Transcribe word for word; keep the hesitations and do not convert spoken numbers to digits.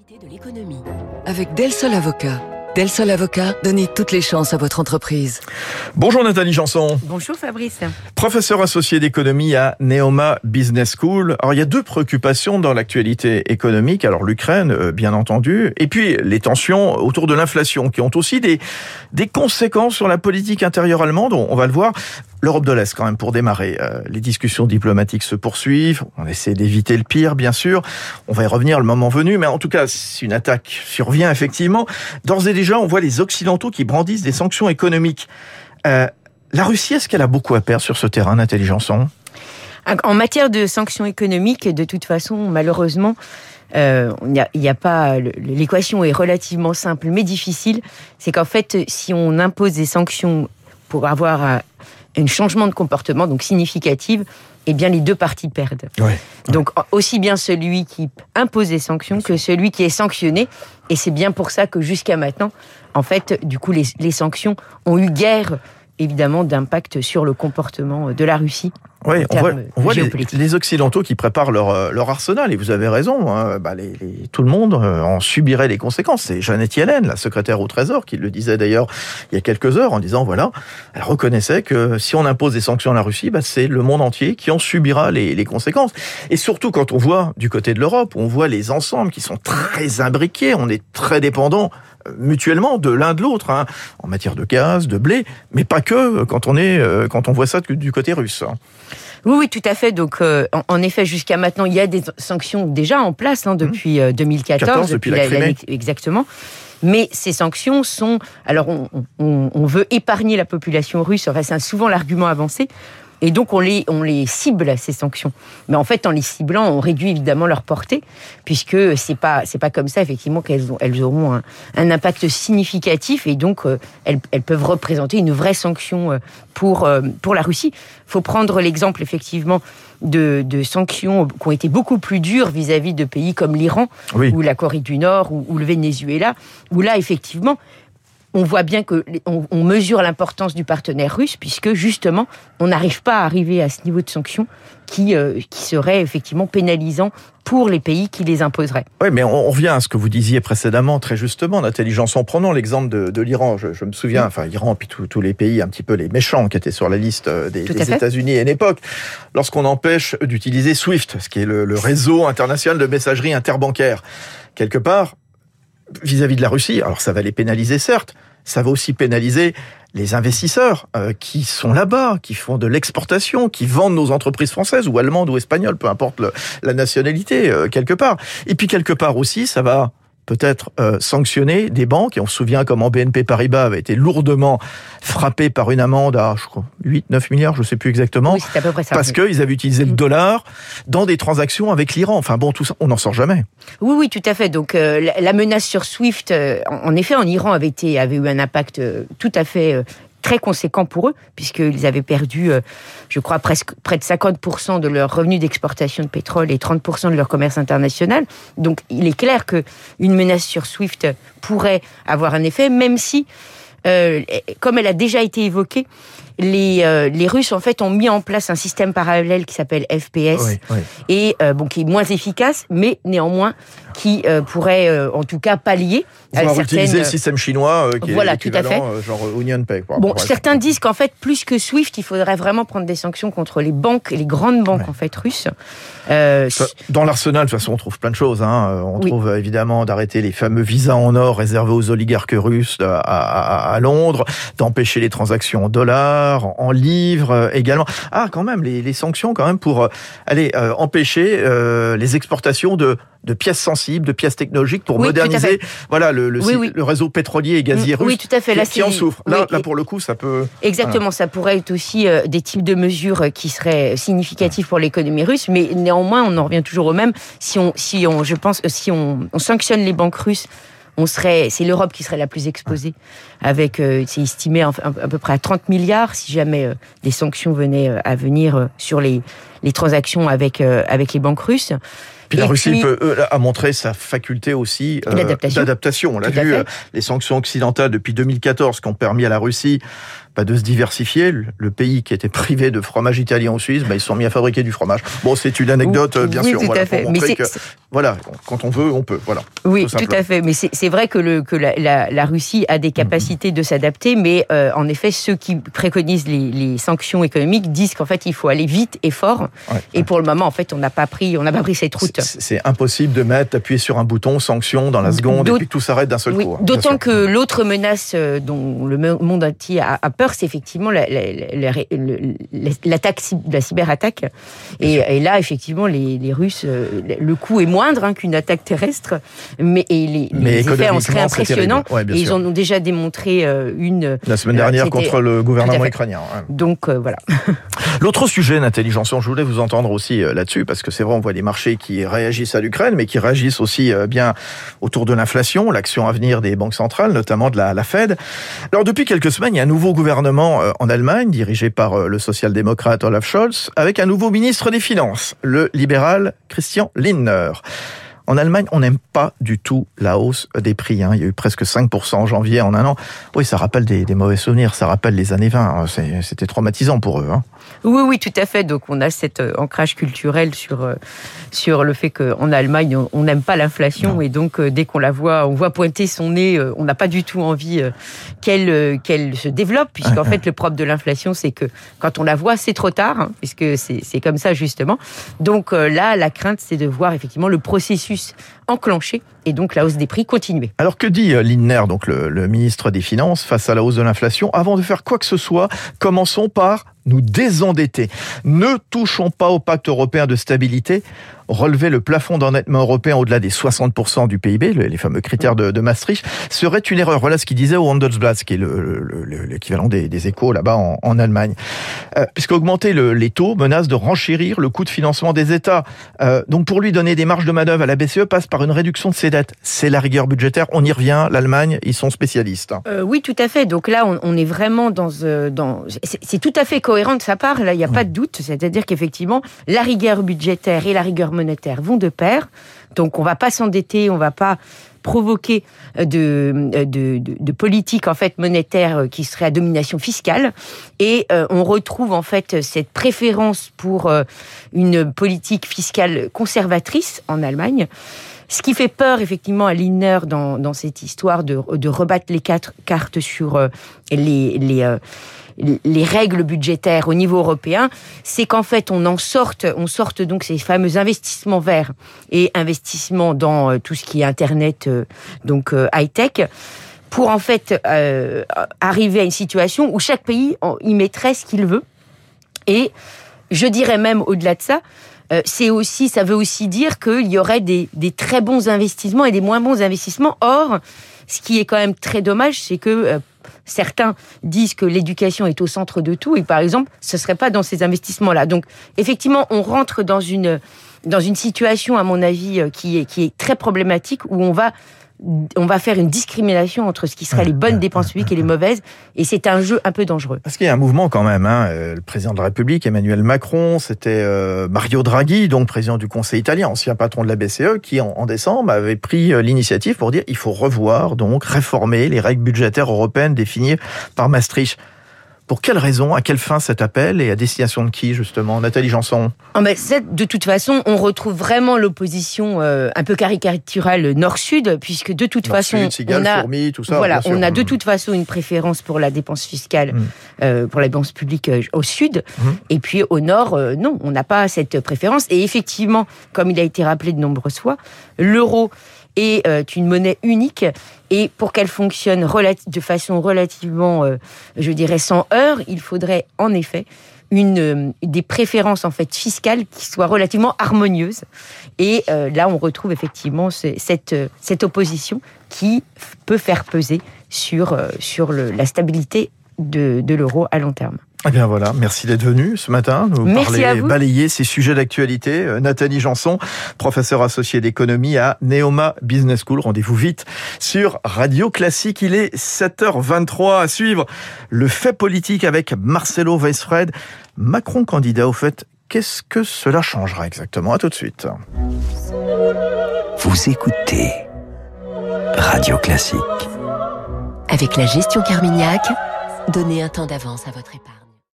L'actualité de l'économie. Avec Del Sol Avocat. Del Sol Avocat, donnez toutes les chances à votre entreprise. Bonjour Nathalie Janson. Bonjour Fabrice. Professeur associé d'économie à Neoma Business School. Alors il y a deux préoccupations dans l'actualité économique. Alors l'Ukraine, bien entendu, et puis les tensions autour de l'inflation qui ont aussi des, des conséquences sur la politique intérieure allemande. On va le voir. L'Europe de l'Est, quand même, pour démarrer. Euh, les discussions diplomatiques se poursuivent. On essaie d'éviter le pire, bien sûr. On va y revenir le moment venu. Mais en tout cas, si une attaque survient, effectivement, d'ores et déjà, on voit les Occidentaux qui brandissent des sanctions économiques. Euh, la Russie, est-ce qu'elle a beaucoup à perdre sur ce terrain, Nathalie Janson ? En matière de sanctions économiques, de toute façon, malheureusement, euh, il n'y a, il y a pas. L'équation est relativement simple, mais difficile. C'est qu'en fait, si on impose des sanctions pour avoir un un changement de comportement donc significatif, eh bien les deux parties perdent. Ouais, donc ouais. Aussi bien celui qui impose des sanctions que celui qui est sanctionné. Et c'est bien pour ça que jusqu'à maintenant, en fait, du coup, les, les sanctions ont eu guère, évidemment, d'impact sur le comportement de la Russie. Oui, on voit, on voit les, les Occidentaux qui préparent leur, leur arsenal, et vous avez raison, hein, bah les, les, tout le monde en subirait les conséquences. C'est Janet Yellen, la secrétaire au Trésor, qui le disait d'ailleurs il y a quelques heures, en disant, voilà, elle reconnaissait que si on impose des sanctions à la Russie, bah, c'est le monde entier qui en subira les, les conséquences. Et surtout quand on voit du côté de l'Europe, on voit les ensembles qui sont très imbriqués, on est très dépendants mutuellement de l'un de l'autre, hein, en matière de gaz, de blé, mais pas que quand on est, quand on voit ça du côté russe. Oui, oui, tout à fait. Donc, euh, en, en effet, jusqu'à maintenant, il y a des sanctions déjà en place hein, depuis euh, deux mille quatorze, quatorze, depuis, depuis la Crimée. Exactement. Mais ces sanctions sont... Alors, on, on, on veut épargner la population russe, enfin, c'est souvent l'argument avancé. Et donc, on les, on les cible, ces sanctions. Mais en fait, en les ciblant, on réduit évidemment leur portée, puisque c'est pas, c'est pas comme ça, effectivement, qu'elles ont, elles auront un, un impact significatif, et donc, euh, elles, elles peuvent représenter une vraie sanction euh, pour, euh, pour la Russie. Il faut prendre l'exemple, effectivement, de, de sanctions qui ont été beaucoup plus dures vis-à-vis de pays comme l'Iran, oui. ou la Corée du Nord, ou, ou le Venezuela, où là, effectivement, on voit bien que on, on mesure l'importance du partenaire russe, puisque justement, on n'arrive pas à arriver à ce niveau de sanctions qui, euh, qui serait effectivement pénalisant pour les pays qui les imposeraient. Oui, mais on, on revient à ce que vous disiez précédemment, très justement, Nathalie Janson. Prenons l'exemple de, de l'Iran. Je, je me souviens, mmh. enfin, l'Iran, puis tous les pays un petit peu les méchants qui étaient sur la liste des, des États-Unis à une époque. Lorsqu'on empêche d'utiliser SWIFT, ce qui est le, le réseau international de messagerie interbancaire, quelque part, vis-à-vis de la Russie, alors ça va les pénaliser certes, ça va aussi pénaliser les investisseurs euh, qui sont là-bas, qui font de l'exportation, qui vendent nos entreprises françaises ou allemandes ou espagnoles, peu importe le, la nationalité euh, quelque part. Et puis quelque part aussi, ça va peut-être euh, sanctionner des banques, et on se souvient comment B N P Paribas avait été lourdement frappé par une amende à, je crois, huit, neuf milliards, je ne sais plus exactement, oui, c'est à peu près ça, parce oui. qu'ils avaient utilisé le dollar dans des transactions avec l'Iran. Enfin bon, tout ça, on n'en sort jamais. Oui, oui, tout à fait. Donc euh, la, la menace sur SWIFT, euh, en, en effet, en Iran, avait, été, avait eu un impact euh, tout à fait... Euh, très conséquent pour eux, puisqu'ils avaient perdu, euh, je crois, presque près de cinquante pour cent de leurs revenus d'exportation de pétrole et trente pour cent de leur commerce international. Donc, il est clair qu'une menace sur SWIFT pourrait avoir un effet, même si, euh, comme elle a déjà été évoquée, les, euh, les Russes, en fait, ont mis en place un système parallèle qui s'appelle F P S, oui, oui. et euh, bon, qui est moins efficace, mais néanmoins qui euh, pourrait, euh, en tout cas, pallier à certaines... utiliser le système chinois, euh, qui voilà, est tout à fait. Euh, genre Union Pay. Quoi, bon, certains exemple. disent qu'en fait, plus que SWIFT, il faudrait vraiment prendre des sanctions contre les banques, les grandes banques, ouais. en fait, russes. Euh, Dans l'arsenal, de toute façon, on trouve plein de choses. Hein. On oui. trouve évidemment d'arrêter les fameux visas en or réservés aux oligarques russes à, à, à Londres, d'empêcher les transactions en dollars, en livres également. Ah, quand même, les, les sanctions quand même pour euh, aller euh, empêcher euh, les exportations de de pièces sensibles, de pièces technologiques pour oui, moderniser voilà, le, le, oui, oui. le réseau pétrolier et gazier russe oui, tout à fait. Là, qui, qui en souffre. Là, oui, là, pour le coup, ça peut... Exactement, voilà. Ça pourrait être aussi euh, des types de mesures qui seraient significatives pour l'économie russe, mais néanmoins, on en revient toujours au même. Si on, si on, je pense, si on, on sanctionne les banques russes, on serait, c'est l'Europe qui serait la plus exposée, avec, euh, c'est estimé à, à peu près à trente milliards, si jamais euh, des sanctions venaient euh, à venir euh, sur les, les transactions avec, euh, avec les banques russes. Puis la et Russie puis, peut, euh, a montré sa faculté aussi euh, d'adaptation. d'adaptation. On l'a vu, euh, les sanctions occidentales depuis deux mille quatorze qui ont permis à la Russie bah, de se diversifier. Le pays qui était privé de fromage italien ou suisse, bah, ils se sont mis à fabriquer du fromage. Bon, c'est une anecdote, oui, bien oui, sûr. Tout voilà, à fait. pour Mais montrer c'est, que, c'est... voilà, quand on veut, on peut. Voilà. Oui, tout, tout à fait. Mais c'est, c'est vrai que, le, que la, la, la Russie a des capacités mmh. de s'adapter, mais euh, en effet, ceux qui préconisent les, les sanctions économiques disent qu'en fait, il faut aller vite et fort. Ouais, et ouais. pour le moment, en fait, on n'a pas pris, on n'a pas pris cette route. C'est, c'est impossible de mettre, d'appuyer sur un bouton, sanction dans la seconde, D'aut... et puis que tout s'arrête d'un seul oui, coup. Hein, d'autant que l'autre menace dont le monde entier a, a peur, c'est effectivement la, la, la, la, l'attaque, la cyberattaque. Et, et là, effectivement, les, les Russes, le coût est moindre hein, qu'une attaque terrestre, mais et les, mais les effets en seraient impressionnants. Ouais, et ils en ont déjà démontré une... La semaine dernière euh, contre le gouvernement ukrainien. Ouais. Donc, euh, voilà. L'autre sujet, Nathalie Janson, je voulais vous entendre aussi euh, là-dessus, parce que c'est vrai, on voit les marchés qui réagissent à l'Ukraine, mais qui réagissent aussi euh, bien autour de l'inflation, l'action à venir des banques centrales, notamment de la, la Fed. Alors, depuis quelques semaines, il y a un nouveau gouvernement euh, en Allemagne, dirigé par euh, le social-démocrate Olaf Scholz, avec un nouveau ministre des Finances, le libéral Christian Lindner. En Allemagne, on n'aime pas du tout la hausse des prix. Hein. Il y a eu presque cinq pour cent en janvier en un an. Oui, ça rappelle des, des mauvais souvenirs, ça rappelle les années vingt. C'est, c'était traumatisant pour eux. Hein. Oui, oui, tout à fait. Donc on a cet ancrage culturel sur, sur le fait qu'en Allemagne, on n'aime pas l'inflation. Non. Et donc dès qu'on la voit, on voit pointer son nez, on n'a pas du tout envie qu'elle, qu'elle se développe, puisqu'en ouais, fait, ouais. le propre de l'inflation, c'est que quand on la voit, c'est trop tard, hein, puisque c'est, c'est comme ça justement. Donc là, la crainte, c'est de voir effectivement le processus enclenché et donc la hausse des prix continuer. Alors que dit Lindner, donc le, le ministre des Finances, face à la hausse de l'inflation? Avant de faire quoi que ce soit, commençons par nous désendetter. Ne touchons pas au pacte européen de stabilité. Relever le plafond d'endettement européen au-delà des soixante pour cent du P I B, les fameux critères de, de Maastricht, serait une erreur. Voilà ce qu'il disait au Handelsblatt, qui est le, le, le, l'équivalent des, des Échos là-bas en, en Allemagne. Euh, puisqu'augmenter le, les taux menace de renchérir le coût de financement des États. Euh, donc pour lui donner des marges de manœuvre à la B C E passe par une réduction de ses dettes. C'est la rigueur budgétaire. On y revient. L'Allemagne, ils sont spécialistes. Euh, oui, tout à fait. Donc là, on, on est vraiment dans, euh, dans c'est, c'est tout à fait cohérent de sa part. Là, il n'y a pas de doute. C'est-à-dire qu'effectivement, la rigueur budgétaire et la rigueur monétaire vont de pair. Donc on ne va pas s'endetter, on ne va pas provoquer de, de, de, de politique en fait monétaire qui serait à domination fiscale. Et euh, on retrouve en fait cette préférence pour euh, une politique fiscale conservatrice en Allemagne. Ce qui fait peur effectivement à Lindner dans, dans cette histoire de, de rebattre les quatre cartes sur euh, les... les euh, les règles budgétaires au niveau européen, c'est qu'en fait, on en sorte, on sorte donc ces fameux investissements verts et investissements dans euh, tout ce qui est Internet, euh, donc euh, high-tech, pour en fait euh, arriver à une situation où chaque pays y mettrait ce qu'il veut. Et je dirais même au-delà de ça, euh, c'est aussi, ça veut aussi dire qu'il y aurait des, des très bons investissements et des moins bons investissements. Or, ce qui est quand même très dommage, c'est que euh, certains disent que l'éducation est au centre de tout et par exemple, ce ne serait pas dans ces investissements-là. Donc, effectivement, on rentre dans une, dans une situation, à mon avis, qui est, qui est très problématique où on va, on va faire une discrimination entre ce qui seraient les bonnes dépenses publiques et les mauvaises et c'est un jeu un peu dangereux. Parce qu'il y a un mouvement quand même. Hein. Le président de la République, Emmanuel Macron, c'était euh, Mario Draghi, donc président du Conseil italien, ancien patron de la B C E, qui en, en décembre avait pris l'initiative pour dire il faut revoir, donc réformer les règles budgétaires européennes définies par Maastricht. Pour quelle raison, à quelle fin cet appel et à destination de qui, justement? Nathalie Janson. Oh ben, de toute façon, on retrouve vraiment l'opposition euh, un peu caricaturale nord-sud, puisque de toute nord, façon, sud, cigale, on a, fourmi, tout ça, voilà, on a de mmh. toute façon une préférence pour la dépense fiscale, mmh. euh, pour la dépense publique euh, au sud, mmh. et puis au nord, euh, non, on n'a pas cette préférence. Et effectivement, comme il a été rappelé de nombreuses fois, l'euro est euh, une monnaie unique et pour qu'elle fonctionne relati- de façon relativement, euh, je dirais, sans heurts, il faudrait en effet une, euh, des préférences en fait fiscales qui soient relativement harmonieuses. Et euh, là, on retrouve effectivement ce, cette, euh, cette opposition qui f- peut faire peser sur, euh, sur le, la stabilité de, de l'euro à long terme. Eh bien voilà, merci d'être venu ce matin, nous merci parler, balayer ces sujets d'actualité. Euh, Nathalie Janson, professeure associée d'économie à Neoma Business School. Rendez-vous vite sur Radio Classique. Il est sept heures vingt-trois à suivre le fait politique avec Marcelo Weisfried. Macron candidat, au fait, qu'est-ce que cela changera exactement? À tout de suite. Vous écoutez Radio Classique. Avec la gestion Carmignac, Donnez un temps d'avance à votre épargne.